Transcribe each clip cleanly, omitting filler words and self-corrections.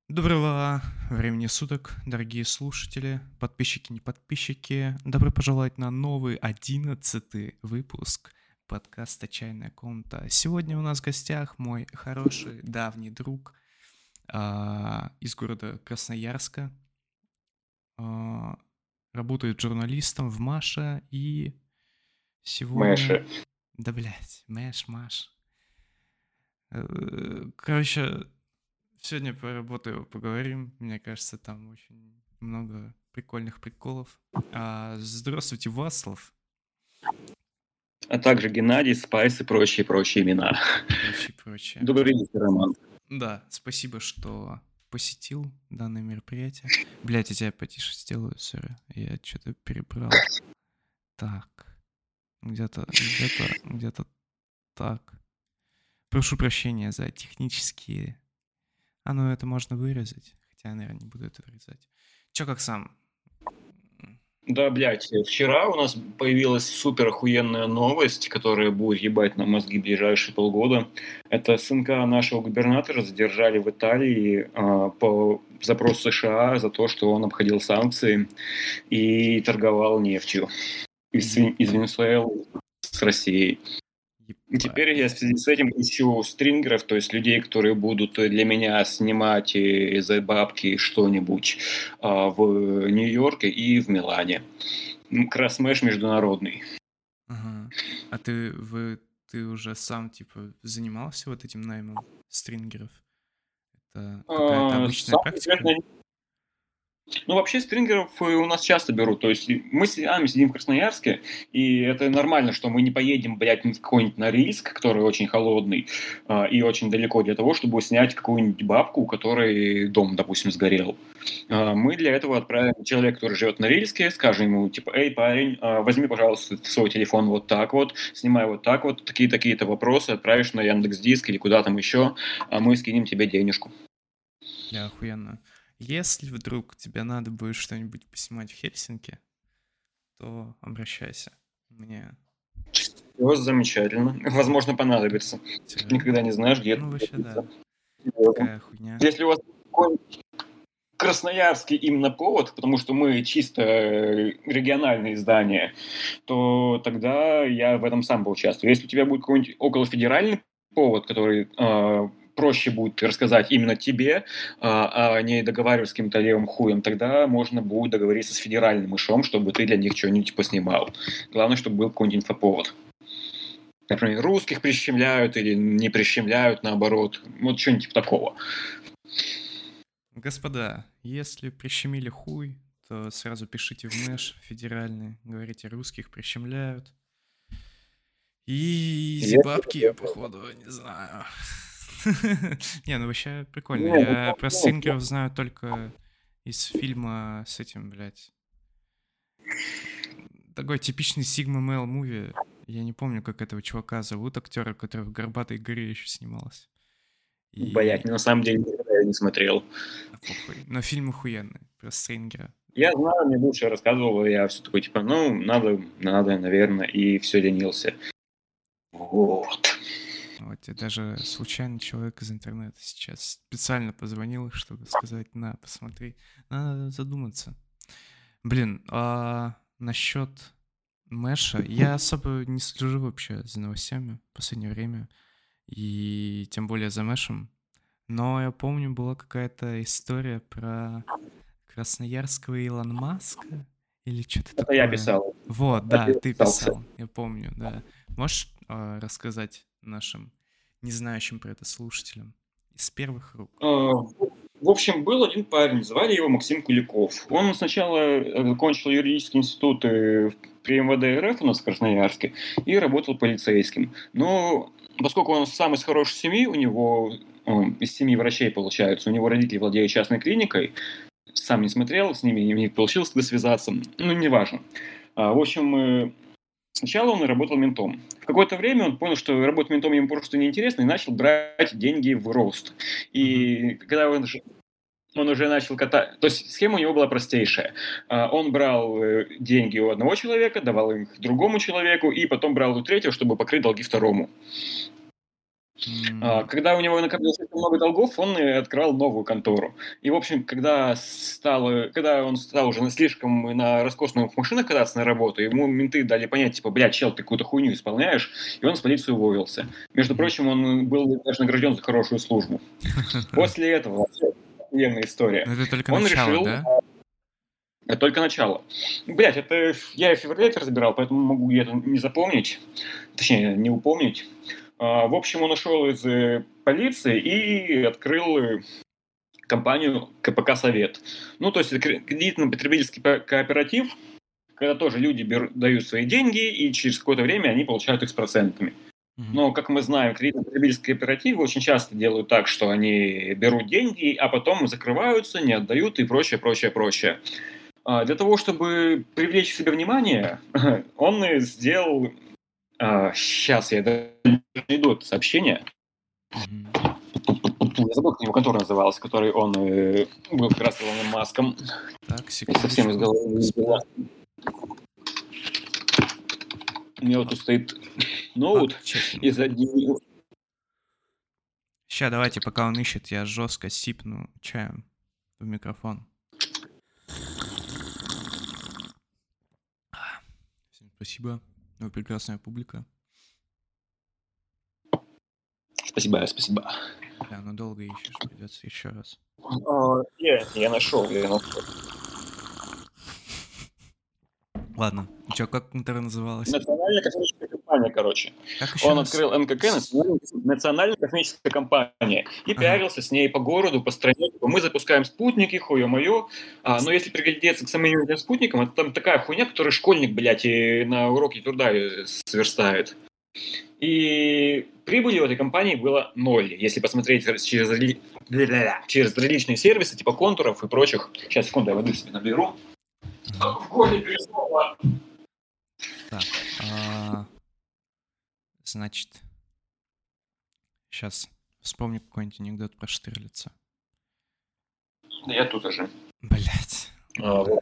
Доброго времени суток, дорогие слушатели, подписчики, не подписчики. Добро пожаловать на новый 11-й выпуск подкаста «Чайная комната». Сегодня у нас в гостях мой хороший давний друг из города Красноярска. Работает журналистом в Маше и сегодня... Мэши. Да, блядь, Маш. Короче, сегодня про работу поговорим. Мне кажется, там очень много прикольных приколов. Здравствуйте, Васлов. А также Геннадий, Спайс и прочие имена. Прочее. Добрый вечер, Роман. Да, спасибо, что посетил данное мероприятие. Блять, я тебя потише сделаю, сори. Я что-то перебрал. Так. Где-то так. Прошу прощения за технические... это можно вырезать. Хотя я, наверное, не буду это вырезать. Чё как сам? Да, блядь, вчера у нас появилась супер охуенная новость, которая будет ебать на мозги ближайшие полгода. Это сынка нашего губернатора задержали в Италии по запросу США за то, что он обходил санкции и торговал нефтью из Венесуэлы с Россией. И теперь я в связи с этим ищу стрингеров, то есть людей, которые будут для меня снимать за бабки что-нибудь в Нью-Йорке и в Милане. Красмэш международный. Ага. А ты уже сам, типа, занимался вот этим наймом стрингеров? Это какая-то обычная Сам практика? конкретно. Ну, вообще, стрингеров у нас часто берут. То есть мы сами сидим в Красноярске, и это нормально, что мы не поедем, блядь, в какой-нибудь Норильск, который очень холодный и очень далеко для того, чтобы снять какую-нибудь бабку, у которой дом, допустим, сгорел. Мы для этого отправим человека, который живет в Норильске, скажем ему, типа, эй, парень, возьми, пожалуйста, свой телефон вот так вот, снимай вот так вот, такие-такие-то вопросы, отправишь на Яндекс.Диск или куда там еще, а мы скинем тебе денежку. Да, охуенно. Если вдруг тебе надо будет что-нибудь поснимать в Хельсинки, то обращайся. Мне... Все замечательно. Возможно, понадобится. Никогда не знаешь, где это вообще, да. пригодится. Такая хуйня. Если у вас какой-нибудь красноярский именно повод, потому что мы чисто региональное издание, то тогда я в этом сам поучаствую. Если у тебя будет какой-нибудь околофедеральный повод, который проще будет рассказать именно тебе, а не договариваться с каким-то левым хуем, тогда можно будет договориться с федеральным мышом, чтобы ты для них что-нибудь поснимал. Главное, чтобы был какой-нибудь инфоповод. Например, русских прищемляют или не прищемляют, наоборот. Вот что-нибудь типа такого. Господа, если прищемили хуй, то сразу пишите в Мэш федеральный, говорите, русских прищемляют. И изи бабки, походу, не знаю. Не, вообще прикольно. Я про стрингеров знаю только из фильма с этим, блядь. Такой типичный Sigma Male муви. Я не помню, как этого чувака зовут, актера, который в «Горбатой горе» еще снимался. Блять, на самом деле никогда я не смотрел. Похуй. Но фильм охуенный, про стрингера. Я знаю, мне лучше рассказывал, я все такой, типа, надо, наверное, и все ленился. Вот. Вот, я даже случайно человек из интернета сейчас специально позвонил, чтобы сказать, посмотри. Надо задуматься. Блин, насчет Мэша, я особо не слежу вообще за новостями в последнее время, и тем более за Мэшем. Но я помню, была какая-то история про красноярского Илона Маска или что-то Это такое. я писал. Вот, да, ты писал, я помню, да. Можешь рассказать нашим не знающим про это слушателям из первых рук? В общем, был один парень, звали его Максим Куликов. Он сначала закончил юридический институт при МВД РФ у нас в Красноярске и работал полицейским. Но поскольку он сам из хорошей семьи, у него из семьи врачей получается, у него родители владеют частной клиникой, сам не смотрел, с ними не получилось связаться, ну, неважно. В общем, сначала он работал ментом. В какое-то время он понял, что работать ментом ему просто неинтересно, и начал брать деньги в рост. И когда он уже начал катать... То есть схема у него была простейшая. Он брал деньги у одного человека, давал их другому человеку, и потом брал у третьего, чтобы покрыть долги второму. М, Когда у него накопилось слишком много долгов, он и открыл новую контору. И, в общем, когда он стал уже слишком на роскошных машинах кататься на работу, ему менты дали понять, типа, блядь, чел, ты какую-то хуйню исполняешь, и он с полиции уволился. Между мгм. прочим, он был даже награжден за хорошую службу. После этого, вообще, охуенная история, Ну, это только он начало, решил, да? это только начало. Блядь, это я в феврале это разбирал, поэтому могу где-то не запомнить, точнее, не упомнить. В общем, он ушел из полиции и открыл компанию КПК «Совет». Ну, то есть это кредитно-потребительский кооператив, когда тоже люди дают свои деньги, и через какое-то время они получают их с процентами. Мгм. Но, как мы знаем, кредитно-потребительские кооперативы очень часто делают так, что они берут деньги, а потом закрываются, не отдают и прочее, прочее, прочее. Для того, чтобы привлечь к себе внимание, он сделал... Сейчас я найду это сообщение. Мгм. Я забыл, как его контора называлась, который он был как раз Илоном Маском. Так, Совсем из секундочку, головы вылетело. господа. У меня вот тут стоит Ладно, ноут честно. из одних... Сейчас давайте, пока он ищет, я жестко сипну чаем в микрофон. Всем спасибо. Вы прекрасная публика. Спасибо, спасибо. Да, но долго ищешь, придется еще раз. Я нашел. Ладно, что, как контора называлась? Национальная космическая компания, короче. Как еще Он раз? открыл НКК, Национальная космическая компания, и Ага. пиарился с ней по городу, по стране. Типа, мы запускаем спутники, хуё-моё. Но если приглядеться к самим этим спутникам, это там такая хуйня, которую школьник, блядь, и на уроке труда сверстает. И прибыли у этой компании было ноль, если посмотреть через различные сервисы, типа контуров и прочих. Сейчас, секунду, я воды себе наберу. Ага. В горле пересохло. Так, значит, сейчас вспомню какой-нибудь анекдот про Штирлица. Да я тут уже. Блять, ладно. Вот.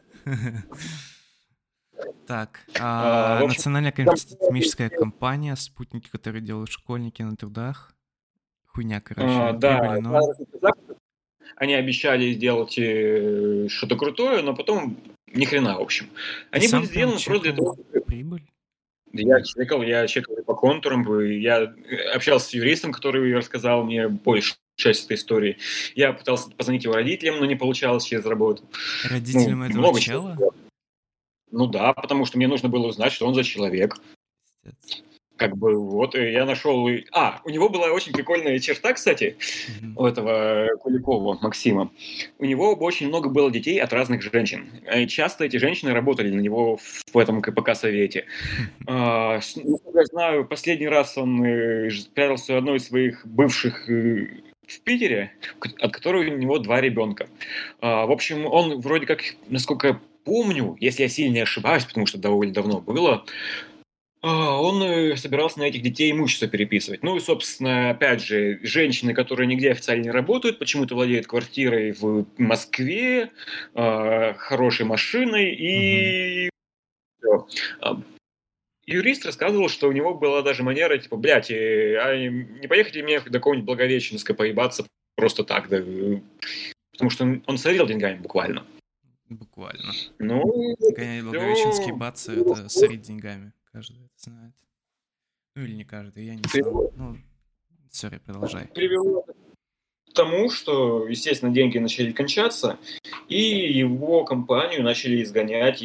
Так, В общем, национальная космическая компания, спутники, которые делают школьники на трудах. Хуйня, короче, прибыли да, ноль. они обещали сделать что-то крутое, но потом ни хрена, в общем. Ты Они были сам прям сделаны просто для того, чекал чтобы... прибыль? Я чекал и по контурам, я общался с юристом, который рассказал мне большую часть этой истории. Я пытался позвонить его родителям, но не получалось через работу. Ну, Родителям этого много чего. чела? Ну да, потому что мне нужно было узнать, что он за человек. Пиздец. Как бы вот и я нашел... у него была очень прикольная черта, кстати, Мгм. у этого Куликова Максима. У него очень много было детей от разных женщин. И часто эти женщины работали на него в этом КПК-совете. Насколько я знаю, последний раз он прятался у одной из своих бывших в Питере, от которой у него 2 ребенка. В общем, он вроде как, насколько я помню, если я сильно не ошибаюсь, потому что довольно давно было, он собирался на этих детей имущество переписывать. Ну и, собственно, опять же, женщины, которые нигде официально не работают, почему-то владеют квартирой в Москве, хорошей машиной Мгм. и всё. А, Юрист рассказывал, что у него была даже манера, типа, блядь, не поехать ли мне до какого-нибудь Благовещенска поебаться просто так, да, потому что он сорил деньгами буквально. Буквально. Ну, Гонять благовещенские все бацы — это сорить деньгами. Каждый это знает. Ну или не каждый, я не сам. Ну, сори, продолжай. привело к тому, что, естественно, деньги начали кончаться, и его компанию начали изгонять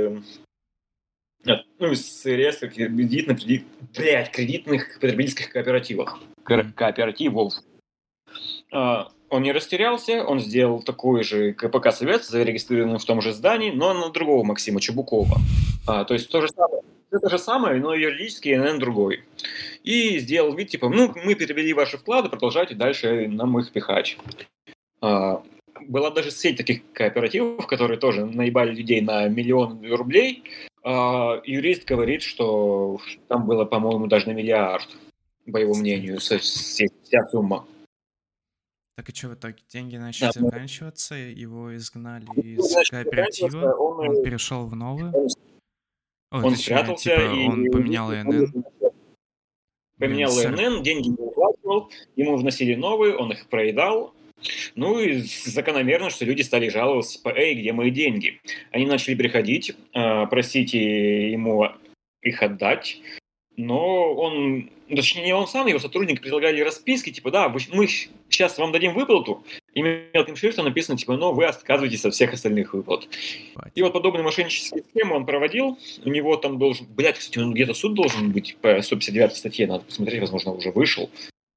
из реестра кредитных потребительских кооперативов. Мгм. Кооперативов. Он не растерялся, он сделал такой же КПК «Совет», зарегистрированный в том же здании, но на другого Максима Чебукова. То есть то же самое, но юридически ИНН другой. И сделал вид, типа, ну, мы перевели ваши вклады, продолжайте дальше нам их пихать. Была даже сеть таких кооперативов, которые тоже наебали людей на миллион рублей. Юрист говорит, что там было, по-моему, даже на миллиард, по его мнению, вся сумма. Так и что в итоге? Деньги начали Да, ну, заканчиваться, его изгнали из значит, кооператива, он, он перешел в новый. он, О, он точнее, спрятался, типа и он поменял ИНН. Блин, Поменял сэр. ИНН, деньги не выплачивал, ему вносили новые, он их проедал. Ну и закономерно, что люди стали жаловаться, типа, эй, где мои деньги? Они начали приходить, просить ему их отдать, но он, точнее, не он сам, его сотрудники предлагали расписки, типа, да, мы сейчас вам дадим выплату, и мелким шрифтом написано, типа, но вы отказываетесь от всех остальных выплат. И вот подобные мошеннические схемы он проводил, у него там должен, кстати, где-то суд должен быть по 159 статье, надо посмотреть, возможно, уже вышел.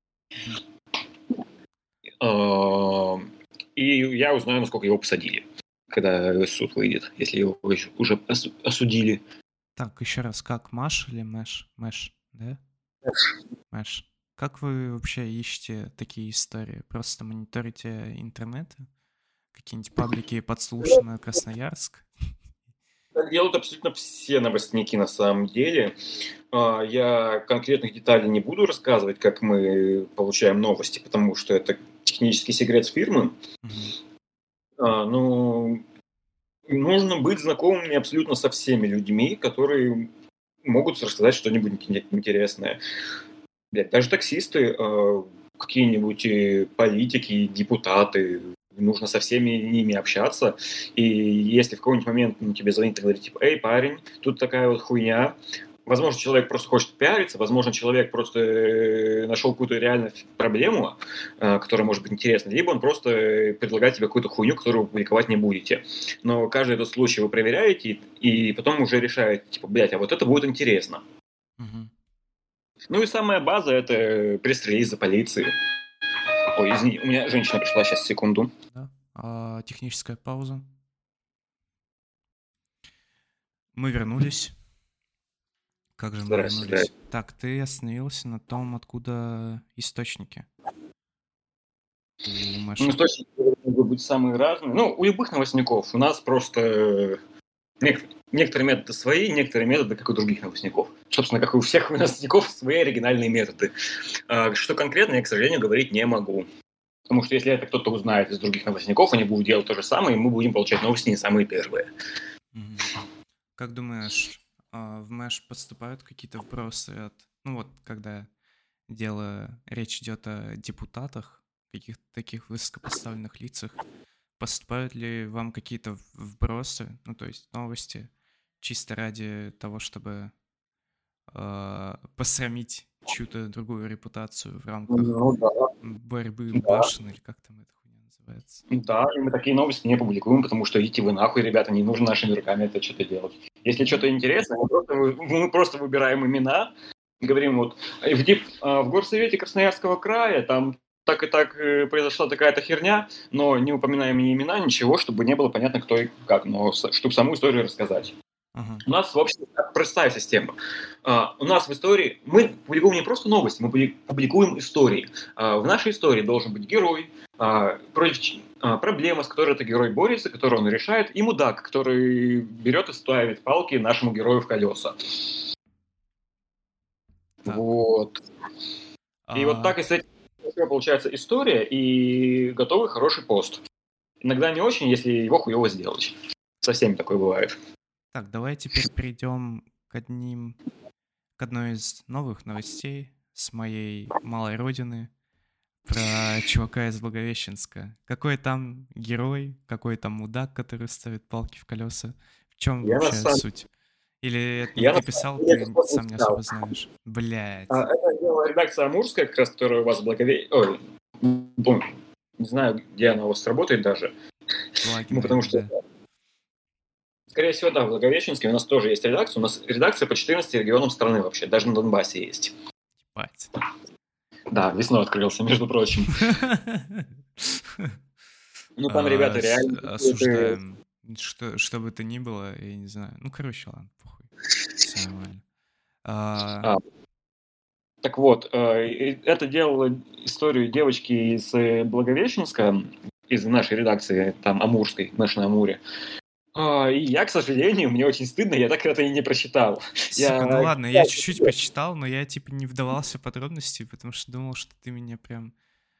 И я узнаю, насколько его посадили, когда суд выйдет, если его уже осудили. Так, еще раз, как Маш или Мэш? Мэш, да? Мэш. Как вы вообще ищете такие истории? Просто мониторите интернет? Какие-нибудь паблики подслушаны Красноярск? Так делают абсолютно все новостники на самом деле. Я конкретных деталей не буду рассказывать, как мы получаем новости, потому что это технический секрет фирмы. Ну, нужно быть знакомыми абсолютно со всеми людьми, которые могут рассказать что-нибудь интересное. Даже таксисты, какие-нибудь политики, депутаты, нужно со всеми ними общаться. И если в какой-нибудь момент тебе звонит и говорит, типа, эй, парень, тут такая вот хуйня. Возможно, человек просто хочет пиариться, возможно, человек просто нашел какую-то реально проблему, которая может быть интересна, либо он просто предлагает тебе какую-то хуйню, которую вы публиковать не будете. Но каждый этот случай вы проверяете и потом уже решаете, типа, блядь, а вот это будет интересно. Ну и самая база — это пресс-релизы полиции. Ой, извини, у меня женщина пришла, сейчас, секунду. Да. Техническая пауза. Мы вернулись. Как же мы вернулись? Так, ты остановился на том, откуда источники. Ну, источники могут быть самые разные. Ну, у любых новостников. У нас просто некоторые методы свои, некоторые методы, как у других новостников. Собственно, как и у всех новостников, свои оригинальные методы. Что конкретно, я, к сожалению, говорить не могу. Потому что если это кто-то узнает из других новостников, они будут делать то же самое, и мы будем получать новости не самые первые. Как думаешь, в Мэш поступают какие-то вбросы от... Ну вот, когда речь идет о депутатах, каких-то таких высокопоставленных лицах, поступают ли вам какие-то вбросы, ну то есть новости, чисто ради того, чтобы посрамить чью-то другую репутацию в рамках борьбы башен, или как там эта хуйня называется? Да, и мы такие новости не публикуем, потому что идите вы нахуй, ребята, не нужно нашими руками это что-то делать. Если что-то интересное, мы просто выбираем имена, говорим вот, в горсовете Красноярского края там так и так произошла такая-то херня, но не упоминаем ни имена, ничего, чтобы не было понятно, кто и как, но чтобы саму историю рассказать. У нас, в общем, простая система. У нас в истории мы публикуем не просто новости, мы публикуем истории. В нашей истории должен быть герой, против проблема, с которой этот герой борется, которую он решает, и мудак, который берет и ставит палки нашему герою в колеса. Так. Вот. И вот так и с этим получается история и готовый хороший пост. Иногда не очень, если его хуёво сделать. Со всеми такое бывает. Так, давай теперь перейдем к одной из новых новостей с моей малой родины про чувака из Благовещенска. Какой там герой, какой там мудак, который ставит палки в колеса? В чем вообще суть? Или это не ты писал, ты сам не особо знаешь? Блядь. Это делала редакция Амурская, как раз, которая у вас в Благовещенске. Ой, не знаю, где она у вас работает даже. Ну, потому что... Да. Скорее всего, да, в Благовещенске у нас тоже есть редакция. У нас редакция по 14 регионам страны вообще. Даже на Донбассе есть. Ебать. Да, весной открылся, между прочим. Ну, там ребята реально... Осуждаем. Что бы то ни было, я не знаю. Ну, короче, ладно, похуй. Все нормально. Так вот, это делала историю девочки из Благовещенска, из нашей редакции, там, Амурской, нашей на Амуре. И я, к сожалению, мне очень стыдно, я так это и не прочитал. Сука, ну ладно, я чуть-чуть прочитал, но я типа не вдавался в подробности, потому что думал, что ты меня прям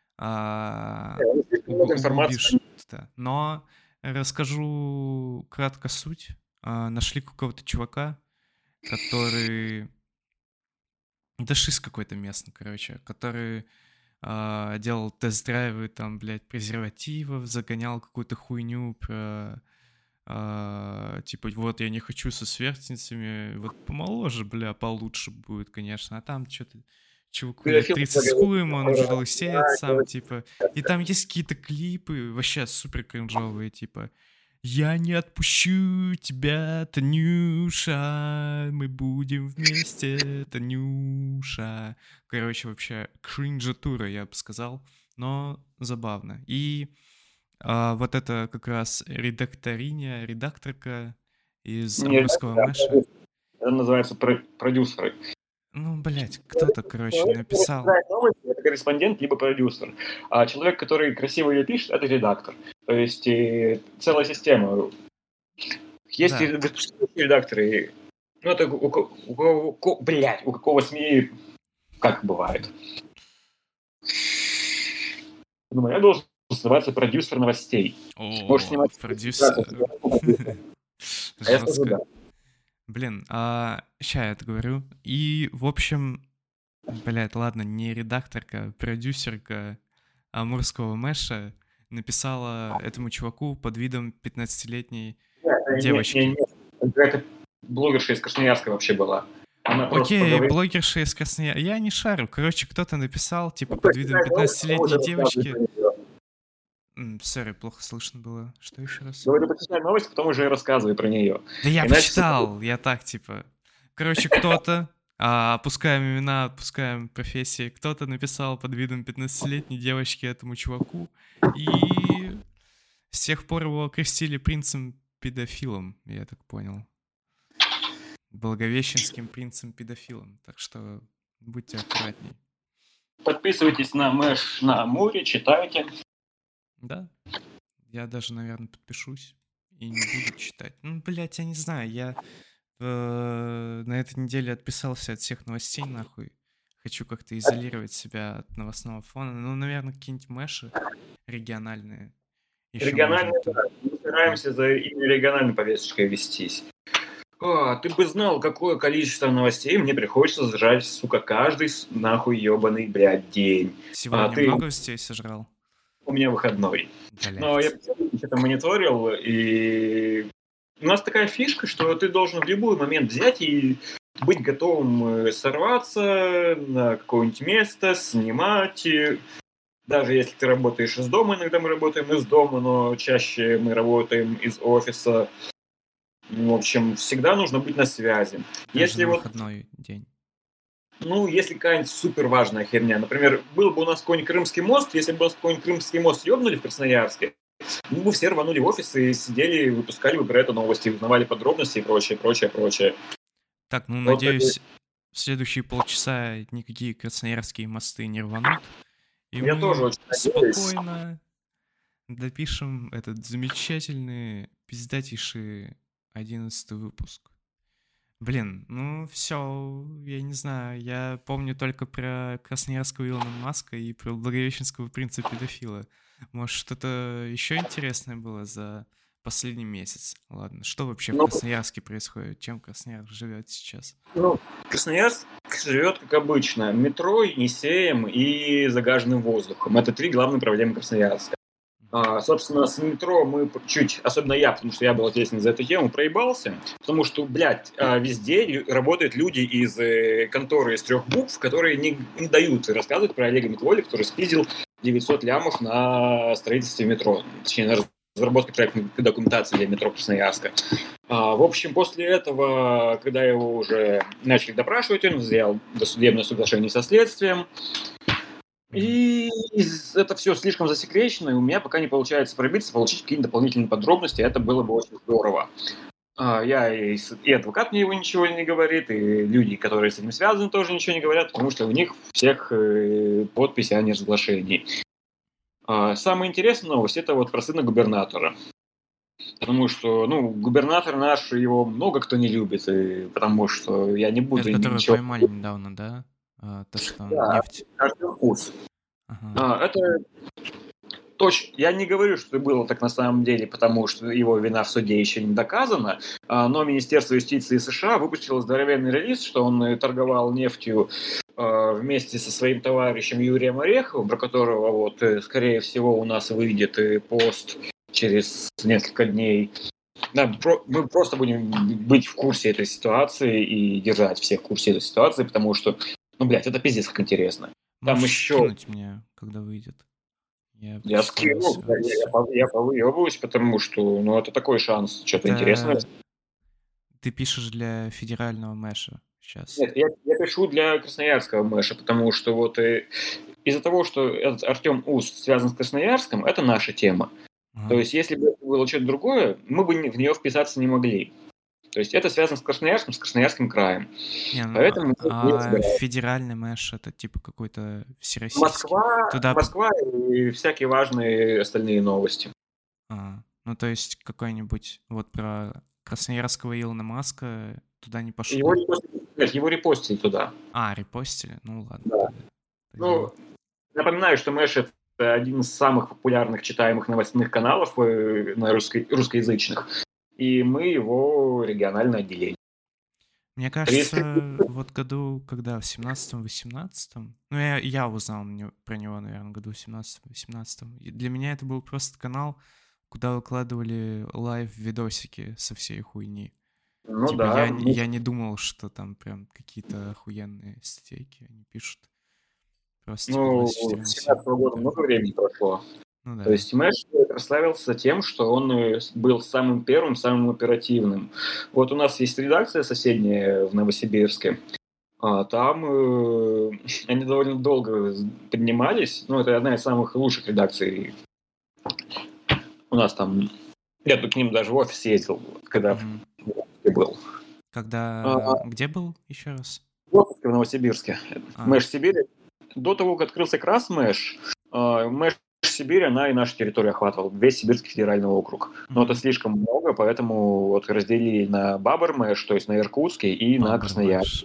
углубишь. Но расскажу кратко суть. Нашли какого-то чувака, который дашист какой-то местный, короче, который делал тест-драйвы, там, блядь, презервативов, загонял какую-то хуйню про... типа, вот я не хочу со сверстницами, вот помоложе, бля, получше будет, конечно, а там что-то чуваку лет Педофил 30 с хуем, он уже лысеет сам, типа, и там есть какие-то клипы, вообще супер кринжовые, типа, я не отпущу тебя, Танюша, мы будем вместе, Танюша. Короче, вообще кринжатура, я бы сказал, но забавно. И вот это как раз редакторка из Не Амурского редактор, Мэша. это называется продюсеры. Ну, блядь, кто-то, короче, Человек, который написал. читает новости, это корреспондент либо продюсер. А человек, который красиво ее пишет, это редактор. То есть целая система. Есть и Да, выпускающие редакторы. Ну, это у какого СМИ как бывает. Думаю, я должен называться продюсер новостей. Можешь о, снимать... продюсер. А я скажу, да. Жестко. Блин, ща я это говорю. И, в общем, блядь, ладно, не редакторка, а продюсерка Амурского Мэша написала этому чуваку под видом 15-летней девочки. Это блогерша из Красноярска вообще была. Она просто Окей, поговорила. блогерша из Красноярска. Я не шарю. Короче, кто-то написал, типа, под видом 15-летней девочки. Сори, плохо слышно было. Что еще раз? Говорю, почитай новость, потом уже рассказывай про нее. Да я Иначе почитал, я так, типа... Короче, кто-то, опускаем имена, отпускаем профессии, кто-то написал под видом 15-летней девочки этому чуваку, и с тех пор его окрестили принцем-педофилом, я так понял. Благовещенским принцем-педофилом, так что будьте аккуратней. подписывайтесь на Мэш на Амуре, читайте. Да, я даже, наверное, подпишусь и не буду читать. Ну, блядь, я не знаю, я на этой неделе отписался от всех новостей, нахуй. Хочу как-то изолировать себя от новостного фона. Ну, наверное, какие-нибудь мэши региональные. Еще Региональные, можно. да. Мы стараемся за именно региональной повесточкой вестись. Ты бы знал, какое количество новостей мне приходится сжать, сука, каждый нахуй ебаный, блядь, день. Сегодня Ты... много новостей сожрал? У меня выходной. Блядь. Но я что-то мониторил, и у нас такая фишка, что ты должен в любой момент взять и быть готовым сорваться на какое-нибудь место, снимать. Даже если ты работаешь из дома, иногда мы работаем из дома, но чаще мы работаем из офиса. В общем, всегда нужно быть на связи. Даже Если на вот, выходной день. ну, если какая-нибудь супер важная херня, например, был бы у нас какой-нибудь Крымский мост, если бы у нас какой-нибудь Крымский мост ёбнули в Красноярске, мы бы все рванули в офис и сидели, выпускали бы про это новости, узнавали подробности и прочее, прочее, прочее. Так, ну, Вот надеюсь, в следующие полчаса никакие красноярские мосты не рванут. И я тоже мы очень надеюсь. спокойно допишем этот замечательный, пиздатейший 11 выпуск. Блин, ну все, я не знаю, я помню только про красноярского Илона Маска и про благовещенского принца-педофила. Может, что-то еще интересное было за последний месяц? Ладно, что вообще в Ну, Красноярске происходит? Чем Красноярск живет сейчас? ну, Красноярск живет, как обычно, метро, Енисеем и загаженным воздухом. Это три главные проблемы Красноярска. Собственно, с метро мы чуть, особенно я, потому что я был ответственен за эту тему, проебался, потому что, блядь, везде работают люди из конторы из 3 букв, которые не дают рассказывать про Олега Метволи, который спиздил 900 лямов на строительстве метро, точнее, на разработке проектной документации для метро Красноярска. В общем, после этого, когда его уже начали допрашивать, он взял досудебное соглашение со следствием. И это все слишком засекречено, и у меня пока не получается пробиться, получить какие-то дополнительные подробности, это было бы очень здорово. Я и адвокат мне его ничего не говорит, и люди, которые с этим связаны, тоже ничего не говорят, потому что у них всех подписи о неразглашении. Самая интересная новость – это вот про сына губернатора. Потому что, ну, губернатор наш, его много кто не любит, потому что я не буду Это которого ничего... поймали недавно, да? То, что Да, нефть. каждый вкус. Ага. Это точно. Я не говорю, что это было так на самом деле, потому что его вина в суде еще не доказана, но Министерство юстиции США выпустило здоровенный релиз, что он торговал нефтью вместе со своим товарищем Юрием Ореховым, про которого вот, скорее всего, у нас выйдет пост через несколько дней. Да, мы просто будем быть в курсе этой ситуации и держать всех в курсе этой ситуации, потому что, ну, блядь, это пиздец как интересно. Там Можешь еще... скинуть мне, когда выйдет. Я почитаю скину, сразу. я повыебываюсь, потому что, ну, это такой шанс, что-то интересное. Ты пишешь для федерального мэша сейчас? Нет, я пишу для красноярского мэша, потому что вот из-за того, что этот Артем Ус связан с Красноярском, это наша тема. Ага. То есть, если бы это было что-то другое, мы бы в нее вписаться не могли. То есть, это связано с Красноярском, с Красноярским краем. Не, ну, Поэтому федеральный мэш это типа какой-то всероссийский. Москва и всякие важные остальные новости. Ну, то есть какой-нибудь вот про красноярского Илона Маска туда не пошло? Его репостили туда. Репостили? Ну, ладно. Да. Ну, напоминаю, что Мэш — это один из самых популярных читаемых новостных каналов на русскоязычных, и мы его региональное отделение. Мне кажется, вот году, когда в 17-18, ну, я узнал про него, наверное, году в 17-18. Для меня это был просто канал, куда выкладывали лайв-видосики со всей хуйни. Ну типа, да. Я не думал, что там прям какие-то охуенные статейки они пишут. Просто Ну, с 17 года много времени прошло. Ну да. То есть Мэш прославился тем, что он был самым первым, самым оперативным. Вот у нас есть редакция соседняя в Новосибирске. Там они довольно долго поднимались. Ну, это одна из самых лучших редакций. У нас там... Я тут к ним даже в офис ездил, когда был. Где был еще раз? В Новосибирске. Мэш Сибири. До того, как открылся Крас Мэш, Мэш Сибирь, она и нашу территорию охватывала, весь Сибирский федеральный округ. Но это слишком много, поэтому вот разделили на Бабр Мэш, то есть на Иркутский, и на Красноярск.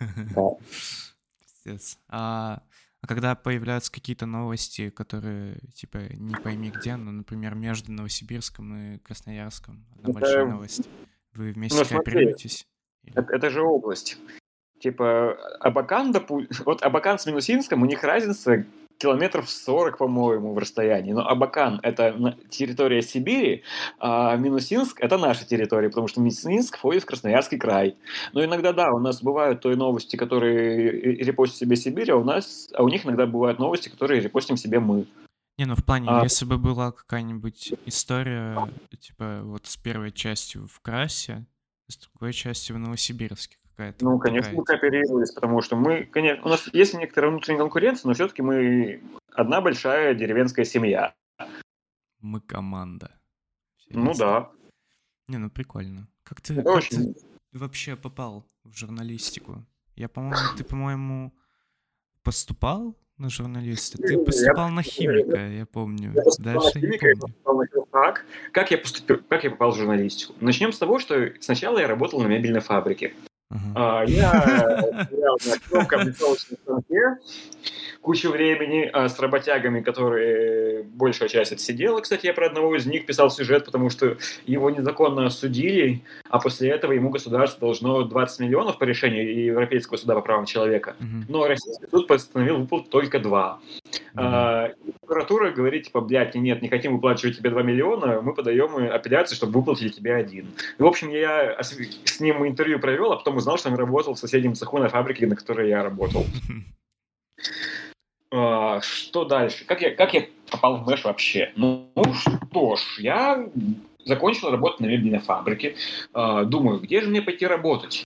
А когда появляются какие-то новости, которые, типа, не пойми где, ну, например, между Новосибирском и Красноярском, одна большая новость, вы вместе кооперируетесь? Это же область. Типа, Абакан с Минусинском, у них разница километров 40, по-моему, в расстоянии. Но Абакан — это территория Сибири, а Минусинск — это наша территория, потому что Минусинск входит в Красноярский край. Но иногда, да, у нас бывают той новости, которые репостит себе Сибирь, а у них иногда бывают новости, которые репостим себе мы. Не, ну в плане, если бы была какая-нибудь история, типа, вот с первой частью в Красе, с другой частью в Новосибирске, ну, конечно, мы кооперировались, потому что мы, конечно, у нас есть некоторая внутренняя конкуренция, но все-таки мы одна большая деревенская семья. Мы команда. Ну да. Не, ну прикольно. Как ты вообще попал в журналистику? Ты, по-моему, поступал на журналиста? Ты поступал на химика, я помню. Дальше не помню. Как я попал в журналистику? Начнем с того, что сначала я работал на мебельной фабрике. Я стоял на кнопках облицовочной станке кучу времени с работягами, которые большая часть отсидела. Кстати, я про одного из них писал сюжет, потому что его незаконно осудили, а после этого ему государство должно 20 миллионов по решению Европейского суда по правам человека. Но российский суд постановил выплатить только 2. Прокуратура говорит, типа, блядь, нет, не хотим выплачивать тебе 2 миллиона, мы подаем апелляцию, чтобы выплатили тебе 1. И, в общем, я с ним интервью провел, а потом узнал, что он работал в соседнем цеху на фабрике, на которой я работал. Что дальше? Как я попал в Мэш вообще? Ну что ж, я закончил работать на мебельной фабрике. Думаю, где же мне пойти работать?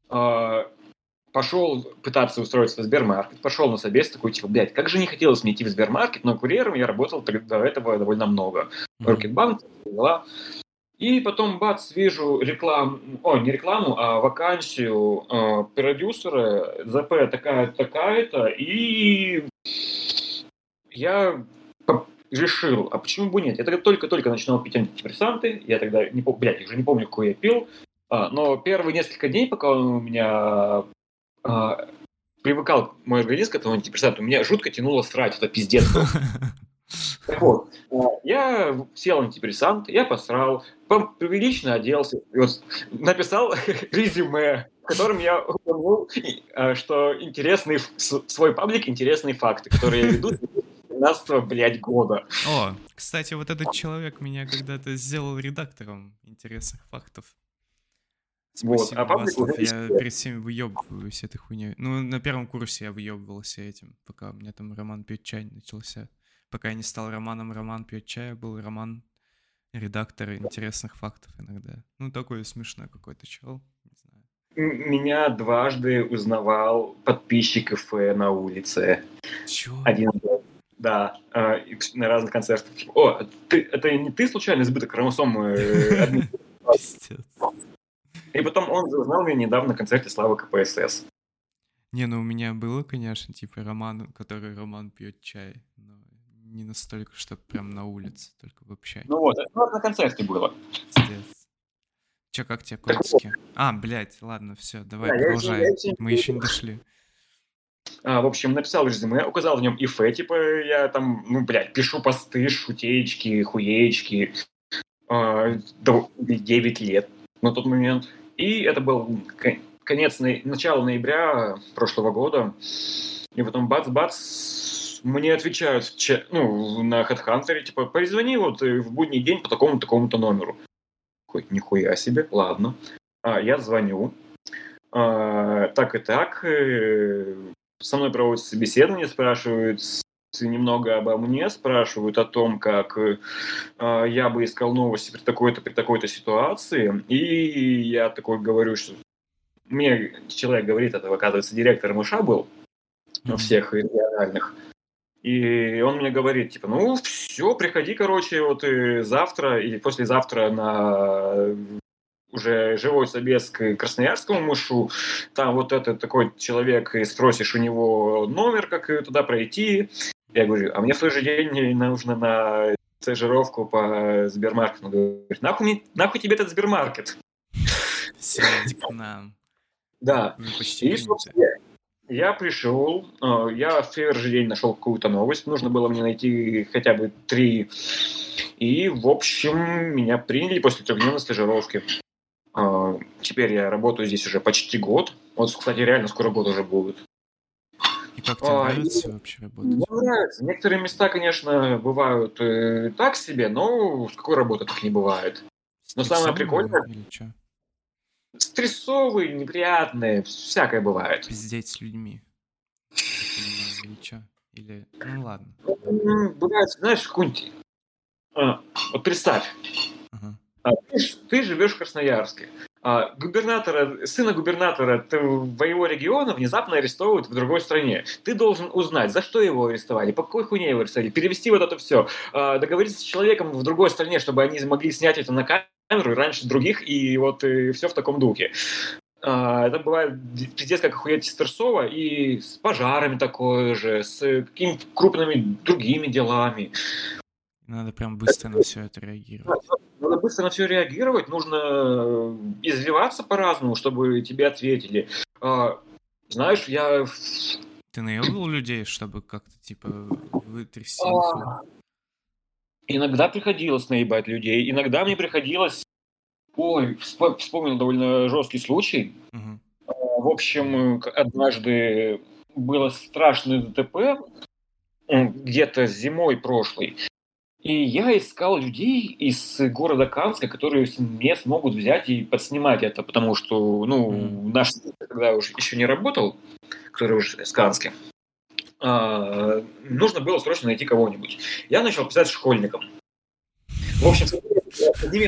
Пошел пытаться устроиться в Сбермаркет, пошел на собес, такой, типа, блядь, как же не хотелось мне идти в Сбермаркет, но курьером я работал до этого довольно много. Рокетбанк, дела. И потом, бац, вижу вакансию продюсера, ЗП такая-то, и я решил, а почему бы нет? Я тогда только-только начинал пить антидепрессанты, я тогда, я уже не помню, какой я пил, но первые несколько дней, пока он у меня привыкал мой организм к этому антидепрессанту, меня жутко тянуло срать, это пиздец был. Так вот, я сел антидепрессант, я посрал, прилично оделся, написал резюме, в котором я упомянул, что интересный свой паблик «Интересные факты», которые я веду с 2017, блядь, года. О, кстати, вот этот человек меня когда-то сделал редактором интересных фактов. Вот, Спасибо, а паблик Васлов. уже Я перед всеми выебываюсь этой хуйней. Ну, на первом курсе я выебывался этим, пока у меня там роман пьет чай начался. Пока я не стал романом «Роман пьет чай», был роман редактор интересных фактов иногда. Ну, такой смешной какой-то чел, не знаю. Меня дважды узнавал подписчик ИФ на улице. Чё? Один, да, на разных концертах. О, это не ты случайно избыток хромосом? Пиздец. И потом он узнал меня недавно на концерте Славы КПСС. Не, ну у меня было, конечно, типа роман, который Роман пьет чай, но не настолько, что прям на улице, только в общаге. Ну вот, это на концерте было. Пиздец. Чё, как тебе котики? Блядь, ладно, все, давай, Да, продолжай. Мы еще не дошли. В общем, написал резюме, указал в нем ИФ, типа я там, пишу посты, шутеечки, хуеечки. 9 лет на тот момент. И это был начало ноября прошлого года. И потом бац-бац, мне отвечают на HeadHunter, типа, позвони вот в будний день по такому-то номеру. Хоть нихуя себе, ладно. Я звоню. Так и так. Со мной проводят собеседование, спрашивают немного обо мне, спрашивают о том, как я бы искал новости при такой-то ситуации. И я такой говорю, что мне человек говорит, это, оказывается, директор МШ был всех региональных. И он мне говорит, типа, ну, все, приходи, короче, вот завтра или послезавтра на уже живой собес к Красноярскому мышу. Там вот этот такой человек, и спросишь у него номер, как туда пройти. Я говорю, а мне в тот же день нужно на стажировку по Сбермаркету. Он говорит, нахуй тебе этот Сбермаркет? Все, иди к нам. Да. Мы почти И, собственно, я пришел, я в первый же день нашел какую-то новость. Нужно было мне найти хотя бы 3. И, в общем, меня приняли после 3-дневной стажировки. Теперь я работаю здесь уже почти год. Вот, кстати, реально скоро год уже будет. И как тебе нравится вообще работать? Мне нравится. Некоторые места, конечно, бывают так себе, но с какой работы так не бывает. Но самое прикольное... Или что? Стрессовые, неприятные, всякое бывает. Пиздеть с людьми. Или что? Или... Ну ладно. Бывает, знаешь, какой-нибудь... Вот представь. Ты живешь в Красноярске. Сына губернатора твоего региона внезапно арестовывают в другой стране. Ты должен узнать, за что его арестовали, по какой хуйне его арестовали, перевести вот это все, договориться с человеком в другой стране, чтобы они могли снять это на камеру раньше других, и вот все в таком духе. Это бывает пиздец как охуеть стрессово, и с пожарами такое же, с какими-то крупными другими делами. Надо прям быстро на все это реагировать. Надо быстро на все реагировать, нужно извиваться по-разному, чтобы тебе ответили. Знаешь, я... Ты наебывал людей, чтобы как-то, типа, вытрясти инфу? Иногда приходилось наебать людей, иногда мне приходилось... Ой, вспомнил довольно жесткий случай. В общем, однажды было страшное ДТП, где-то зимой прошлой. И я искал людей из города Канска, которые мне смогут взять и подснимать это, потому что, наш тогда уже еще не работал, который уже из Канска. Нужно было срочно найти кого-нибудь. Я начал писать школьникам. В общем, с ними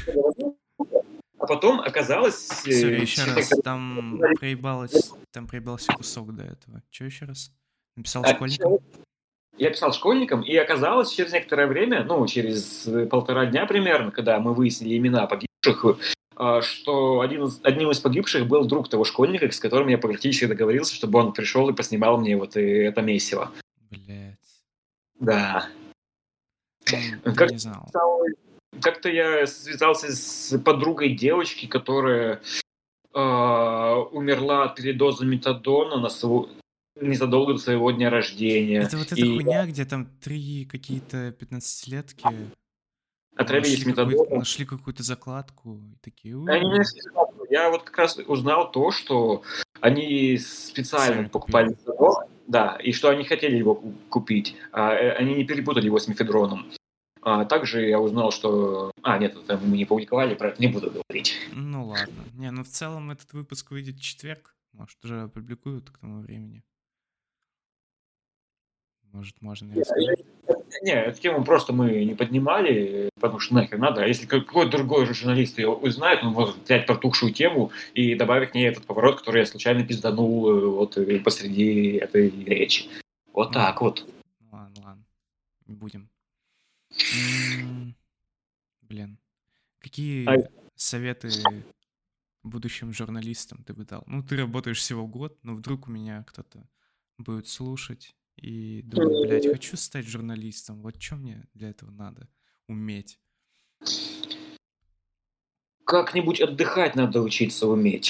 а потом оказалось... Сори, еще раз, там проебался кусок до этого. Что еще раз? Написал школьникам? Я писал школьникам, и оказалось через некоторое время, через 1,5 дня примерно, когда мы выяснили имена погибших, что одним из погибших был друг того школьника, с которым я практически договорился, чтобы он пришел и поснимал мне вот это месиво. Блять. Да. Не знал. Как-то я связался с подругой девочки, которая умерла от передоза метадона незадолго до своего дня рождения. Это вот эта хуйня, где там 3 какие-то 15-летки отравились метадоном. Нашли какую-то закладку. И такие... Они не нашли закладку. Я вот как раз узнал то, что они специально Сами покупали купили. мефедрон, да, и что они хотели его купить, они не перепутали его с мефедроном. Также я узнал, что... нет, это мы не публиковали, про это не буду говорить. Ну ладно. Не, ну в целом этот выпуск выйдет в четверг. Может, уже опубликуют к тому времени. Может, можно и рассказать. Не, эту тему просто мы не поднимали, потому что нахер надо. А если какой-то другой журналист ее узнает, он может взять протухшую тему и добавить к ней этот поворот, который я случайно пизданул вот посреди этой речи. Вот Ну так ладно. вот. Ладно. Не будем. Блин. А, Какие советы будущим журналистам ты бы дал? Ну, ты работаешь всего год, но вдруг у меня кто-то будет слушать и думать, блядь, хочу стать журналистом. Вот что мне для этого надо уметь? Как-нибудь отдыхать надо учиться уметь.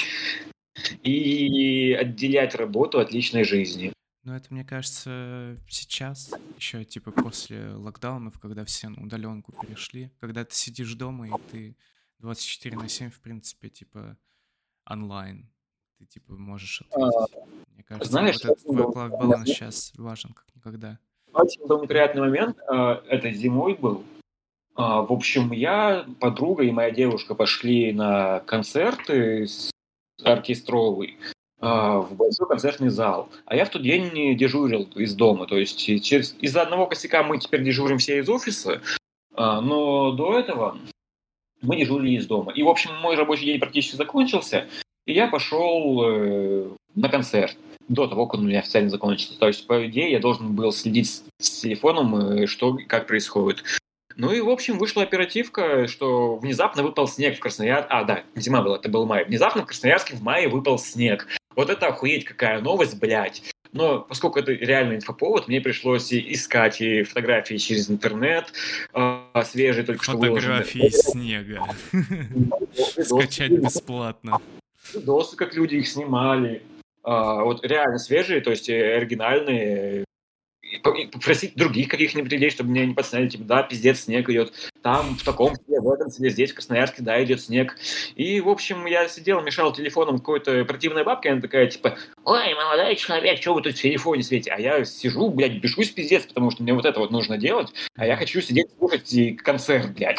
И отделять работу от личной жизни. Ну, это, мне кажется, сейчас, еще типа после локдаунов, когда все на удаленку перешли, когда ты сидишь дома, и ты 24/7, в принципе, типа онлайн, ты типа можешь А, ответить. Мне кажется, Знаешь, вот этот очень был work-life неприятный balance сейчас важен как никогда. М? неприятный момент. Это зимой был. В общем, я, подруга и моя девушка пошли на концерты оркестровый Мгм. в большой концертный зал. А я в тот день не дежурил из дома. То есть из-за одного косяка мы теперь дежурим все из офиса, но до этого мы дежурили из дома. И, в общем, мой рабочий день практически закончился, и я пошел на концерт до того, как он у меня официально закончился. То есть, по идее, я должен был следить с телефоном, что и как происходит. Ну и, в общем, вышла оперативка, что внезапно выпал снег в Красноярске. Да, зима была, это был май. Внезапно в Красноярске в мае выпал снег. Вот это охуеть какая новость, блядь. Но поскольку это реальный инфоповод, мне пришлось искать и фотографии через интернет, свежие, только что выложенные. Фотографии снега. Скачать бесплатно. Видосы, как люди их снимали. Вот реально свежие, то есть оригинальные. И попросить других каких-нибудь людей, чтобы мне не подсняли, типа, да, пиздец, снег идет. Там, в таком селе, в этом селе, здесь, в Красноярске, да, идет снег. И, в общем, я сидел, мешал телефоном какой-то противной бабке, она такая, типа, ой, молодой человек, что вы тут в телефоне светите? А я сижу, блядь, бешусь пиздец, потому что мне вот это вот нужно делать, а я хочу сидеть, слушать концерт, блядь.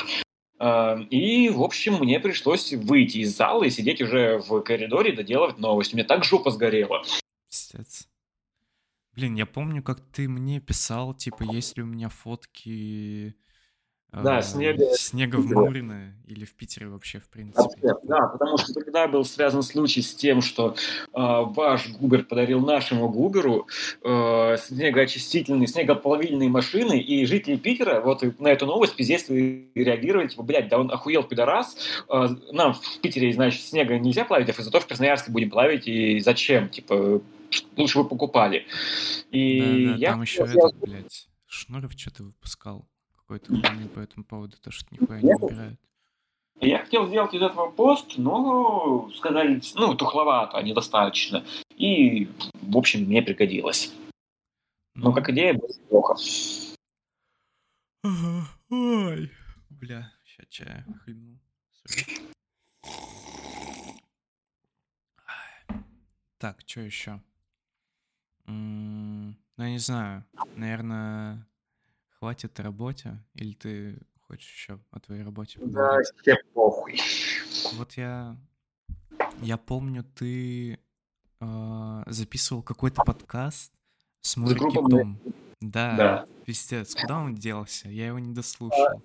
И, в общем, мне пришлось выйти из зала и сидеть уже в коридоре, доделывать новость. У меня так жопа сгорела. Пиздец. Блин, я помню, как ты мне писал, типа, есть ли у меня фотки Да, снега. снега в Мурино или в Питере вообще, в принципе. Да, потому что тогда был связан случай с тем, что ваш Губер подарил нашему Губеру снегоочистительные, снегоплавильные машины, и жители Питера вот на эту новость пиздец реагировали, типа, блядь, да он охуел пидорас, нам в Питере, значит, снега нельзя плавить, а зато в Красноярске будем плавить, и зачем, типа, лучше бы покупали. И Да-да, я там еще хотел этот, блядь, Шнуров что-то выпускал. Какую-то хуйню по этому поводу, то, что нихуя не убирают. Я хотел сделать из этого пост, но сказали, тухловато, недостаточно. И, в общем, мне пригодилось. Но как Ну, идея было плохо. ой, бля, сейчас чая хлебну. Сори. Так, что еще? Ну, я не знаю. Наверное, хватит о работе? Или ты хочешь еще о твоей работе Да, поговорить? всем похуй. Вот я помню, ты записывал какой-то подкаст с С Мори группами, Китом. Да, да. пиздец, куда он делся? Я его не дослушал.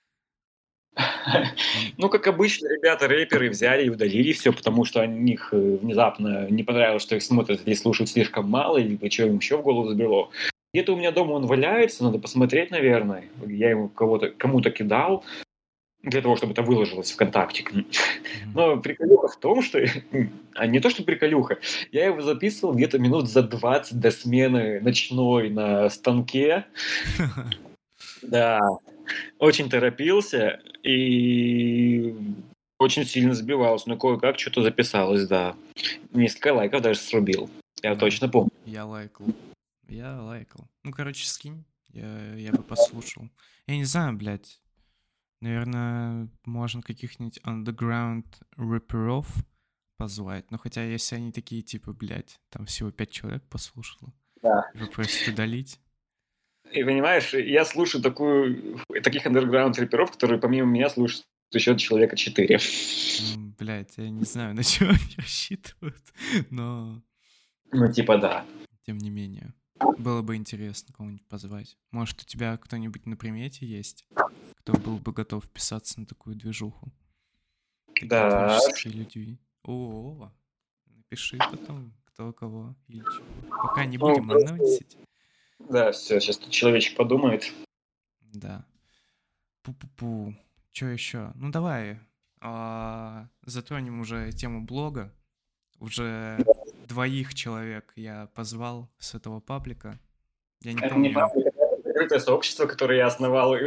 Он... Ну, как обычно, ребята-рэперы взяли и удалили все, потому что у них внезапно не понравилось, что их смотрят или слушают слишком мало, или что им еще в голову забрело. Где-то у меня дома он валяется, надо посмотреть, наверное. Я ему кому-то кидал для того, чтобы это выложилось ВКонтакте. Но приколюха в том, что... не то, что приколюха. Я его записывал где-то минут за 20 до смены ночной на станке. Да, очень торопился и очень сильно сбивался. Но кое-как что-то записалось, да. Несколько лайков даже срубил. Я Да, точно помню. я лайкал. Ну, короче, скинь. Я бы послушал. Я не знаю, блядь. Наверное, можно каких-нибудь underground рэперов позвать. Ну, хотя если они такие, типа, блядь, там всего 5 человек послушало, Да. и попросят удалить. И понимаешь, я слушаю таких андерграунд-рэперов, которые помимо меня слушают еще человека 4. Ну, блядь, я не знаю, на чего они рассчитывают, но Ну, типа, да. тем не менее. Было бы интересно кого-нибудь позвать. Может, у тебя кто-нибудь на примете есть, кто был бы готов вписаться на такую движуху? Такие Да. творческие люди. О, напиши потом, кто кого или чего. Пока не Ну, будем анонсить. да, все, сейчас тут человечек подумает. Да. Пу-пу-пу. Что еще? Ну, давай затронем уже тему блога. Уже 2 человек я позвал с этого паблика. Я не Это не помню. паблик, это закрытое сообщество, которое я основал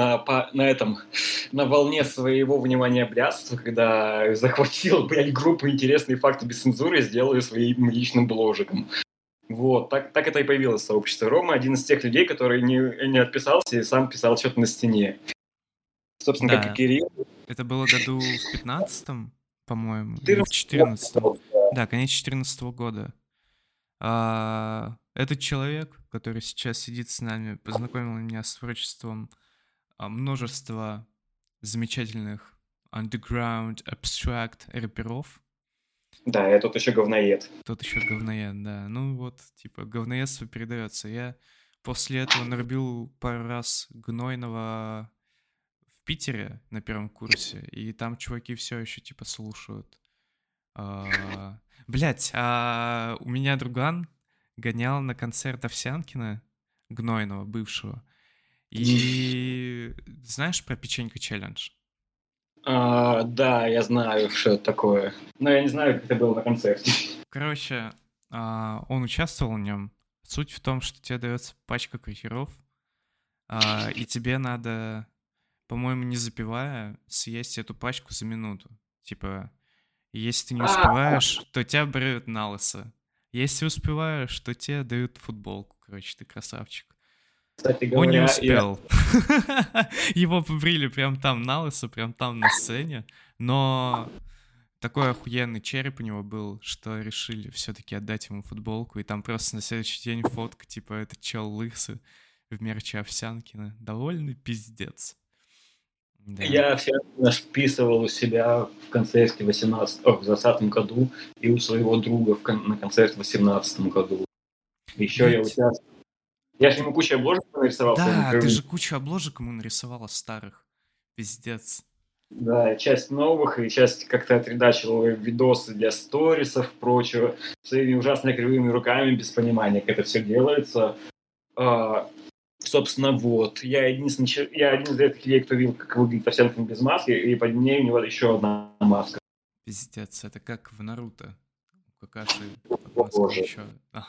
на волне своего внимания блядства, когда захватил, блядь, группу «Интересные факты без цензуры» и сделал ее своим личным бложиком. Вот, так это и появилось сообщество. Рома один из тех людей, который не отписался и сам писал что-то на стене. Собственно, как и Да, Кирилл. это было году в 15-м, по-моему, или в 14 14-м. Да, конец 14-го года. Этот человек, который сейчас сидит с нами, познакомил меня с творчеством множества замечательных underground, abstract рэперов. Да, я тут еще говноед. Тот еще говноед, да. Ну вот, типа, говноедство передается. Я после этого нарубил пару раз гнойного в Питере на первом курсе, и там чуваки все еще, типа, слушают. Блять, у меня друган гонял на концерт Овсянкина, гнойного, бывшего. И знаешь про печенька челлендж? Да, я знаю, что это такое. Но я не знаю, как это было на концерте. Короче, он участвовал в нем. Суть в том, что тебе дается пачка крекеров, и тебе надо, по-моему, не запивая, съесть эту пачку за минуту. Типа, если ты не успеваешь, то тебя бреют на лысо. Если успеваешь, то тебе дают футболку. Короче, ты красавчик. Кстати Он не говоря, успел. Его побрили прям там на лысо, прям там на сцене. Но такой охуенный череп у него был, что решили все-таки отдать ему футболку. И там просто на следующий день фотка, типа, этот чел лысый в мерче Овсянкина. Довольно пиздец. Да. я все вписывал у себя в концерте в 2020 году и у своего друга на концерт в 2018 году. Еще я участвовал. Я же ему кучу обложек нарисовал. Да, ты же кучу обложек ему нарисовала старых. Пиздец. Да, часть новых, и часть как-то отредачивал видосы для сторисов, прочего, своими ужасно кривыми руками, без понимания, как это все делается. Собственно, вот. Я один из редких людей, кто видел, как выглядит Овсянкин без маски, и под ней у него еще одна маска. Пиздец, это как в Наруто. У Какаши под маской еще.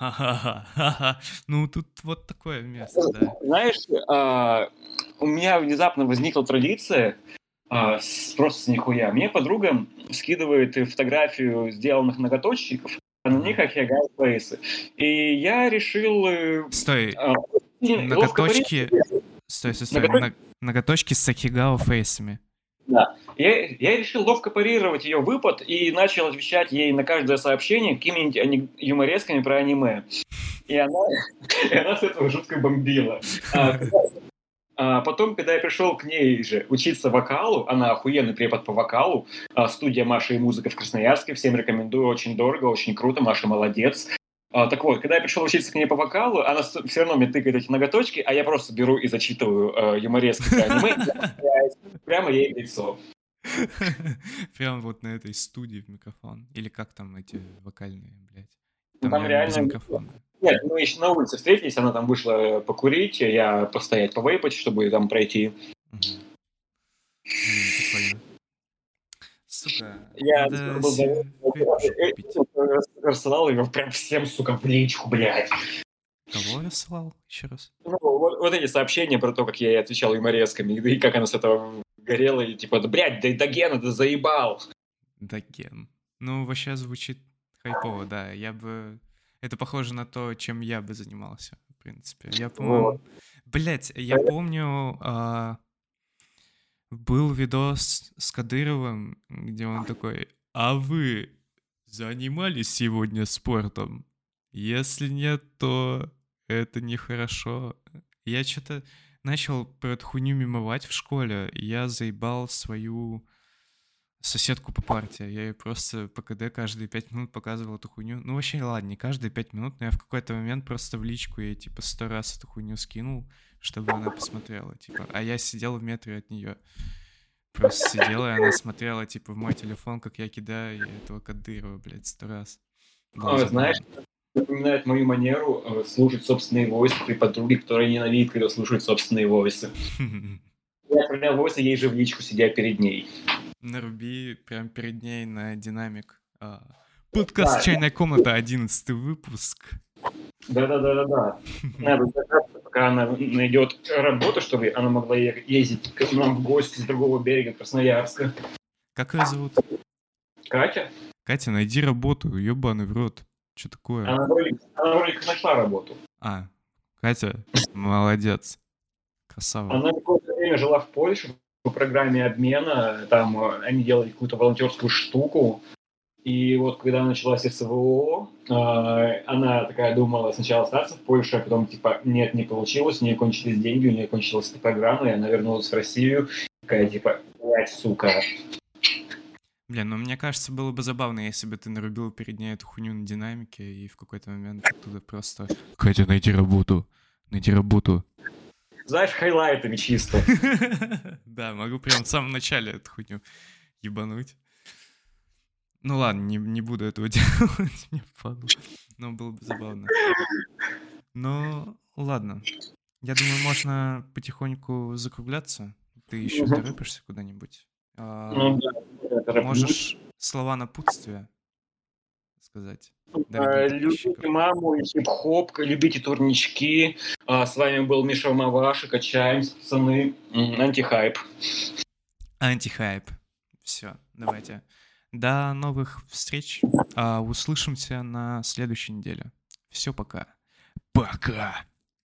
Ну, тут вот такое место, да. Знаешь, у меня внезапно возникла традиция, просто с нихуя. Мне подруга скидывает фотографию сделанных ноготочников, а на них ахиагай фейсы. И я решил... Стой, ноготочки... Стой. Ноготочки с акигао фейсами. Да. Я решил ловко парировать ее выпад и начал отвечать ей на каждое сообщение какими-нибудь юморесками про аниме. И она с этого жутко бомбила. Потом, когда я пришел к ней же учиться вокалу, она охуенный препод по вокалу, студия «Маша и музыка» в Красноярске, всем рекомендую, очень дорого, очень круто, Маша молодец. Так вот, когда я пришел учиться к ней по вокалу, она все равно мне тыкает эти ноготочки, а я просто беру и зачитываю юморески про аниме, прямо ей в лицо. Прям вот на этой студии в микрофон. Или как там эти вокальные, блядь? Там реально... без микрофона. Нет, мы еще на улице встретились, она там вышла покурить, я постоять, повейпать, чтобы там пройти. Блин, прикольно. Сука, Я надо купить. рассылал ее прям всем, сука, в личку, блядь. Кого рассылал? Еще раз. Ну, вот эти сообщения про то, как я ей отвечал юморесками, и как она с этого горела, и типа, да, блядь, да Гена, ты заебал. Ген. Ну, вообще звучит хайпово, да. Я бы... Это похоже на то, чем я бы занимался, в принципе. Я, по-моему... Вот. Блять, я помню... Был видос с Кадыровым, где он такой: а вы Занимались сегодня спортом? Если нет, то это нехорошо. Я что-то начал про эту хуйню мимовать в школе, и я заебал свою соседку по парте. Я ей просто по КД каждые 5 минут показывал эту хуйню. Ну, вообще, ладно, не каждые 5 минут, но я в какой-то момент просто в личку ей, типа, 100 раз эту хуйню скинул, чтобы она посмотрела, типа. А я сидел в метре от нее. Просто сидела, и она смотрела, типа, в мой телефон, как я кидаю этого Кадырова, блядь, 100 раз. Было Знаешь, забавно. напоминает мою манеру слушать собственные войсы при подруге, которая ненавидит, когда слушает собственные войсы. Я отправлял войсы ей же в личку, сидя перед ней. Наруби прям перед ней на динамик. Подкаст «Чайная комната», 11 выпуск. Да. Надо дождаться, пока она найдет работу, чтобы она могла ездить к нам в гости с другого берега Красноярска. Как ее зовут? Катя? Катя, найди работу, ебаный в рот. Что такое? Она вроде как нашла работу. Катя, молодец. Красава. Она какое-то время жила в Польше по программе обмена. Там они делали какую-то волонтерскую штуку. И вот когда началась СВО, она такая думала сначала остаться в Польше, а потом типа нет, не получилось, у нее кончились деньги, у нее кончилась эта программа, и она вернулась в Россию. Такая типа, блядь, сука. Блин, ну мне кажется, было бы забавно, если бы ты нарубил перед ней эту хуйню на динамике, и в какой-то момент оттуда просто... Катя, найди работу. Найди работу. Знаешь, хайлайтами чисто. Да, могу прям в самом начале эту хуйню ебануть. Ну ладно, не буду этого делать, мне впадло. Но было бы забавно. Ну, ладно. Я думаю, можно потихоньку закругляться. Ты еще торопишься куда-нибудь? Ну да. Можешь слова напутствия сказать дорогим Любите подписчикам? маму и хип-хоп, любите турнички. С вами был Миша Маваши, качаемся, пацаны. Антихайп. Антихайп. Все, давайте. До новых встреч. Услышимся на следующей неделе. Все, пока. Пока.